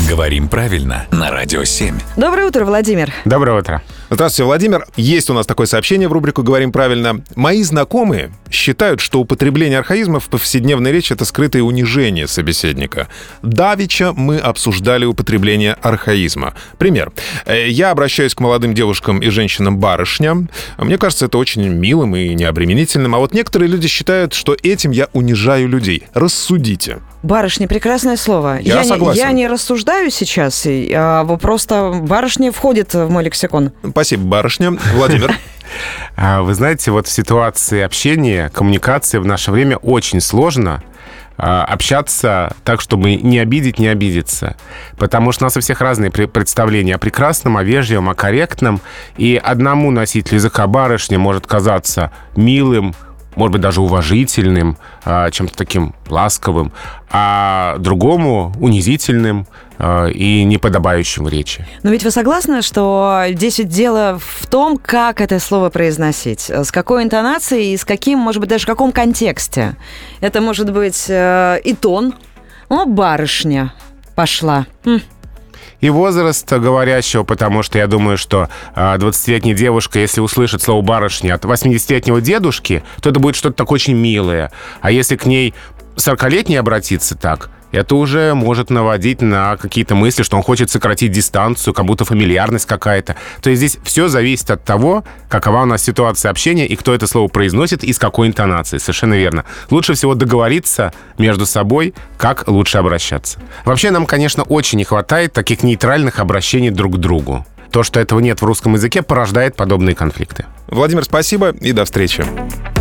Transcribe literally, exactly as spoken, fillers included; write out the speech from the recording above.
Говорим правильно на Радио семь. Доброе утро, Владимир. Доброе утро. Здравствуйте, Владимир. Есть у нас такое сообщение в рубрику «Говорим правильно». Мои знакомые считают, что употребление архаизмов в повседневной речи — это скрытое унижение собеседника. Давеча мы обсуждали употребление архаизма. Пример. Я обращаюсь к молодым девушкам и женщинам барышня. Мне кажется, это очень милым и необременительным. А вот некоторые люди считают, что этим я унижаю людей. Рассудите. Барышня — прекрасное слово. Я, я согласен. Не, я не рассуждаю сейчас, а просто барышня входит в мой лексикон. Спасибо, барышня. Владимир. Вы знаете, вот в ситуации общения, коммуникации в наше время очень сложно общаться так, чтобы не обидеть, не обидеться. Потому что у нас у всех разные представления о прекрасном, о вежливом, о корректном. И одному носителю языка барышня может казаться милым, может быть, даже уважительным, чем-то таким ласковым, а другому унизительным и неподобающим в речи. Но ведь вы согласны, что здесь ведь дело в том, как это слово произносить, с какой интонацией и с каким, может быть, даже в каком контексте. Это может быть и тон. О, барышня пошла. Хм. И возраст говорящего, потому что я думаю, что двадцатилетняя девушка, если услышит слово «барышня» от восьмидесятилетнего дедушки, то это будет что-то такое очень милое. А если к ней сорокалетний обратиться так, это уже может наводить на какие-то мысли, что он хочет сократить дистанцию, как будто фамильярность какая-то. То есть здесь все зависит от того, какова у нас ситуация общения и кто это слово произносит и с какой интонацией. Совершенно верно. Лучше всего договориться между собой, как лучше обращаться. Вообще нам, конечно, очень не хватает таких нейтральных обращений друг к другу. То, что этого нет в русском языке, порождает подобные конфликты. Владимир, спасибо и до встречи.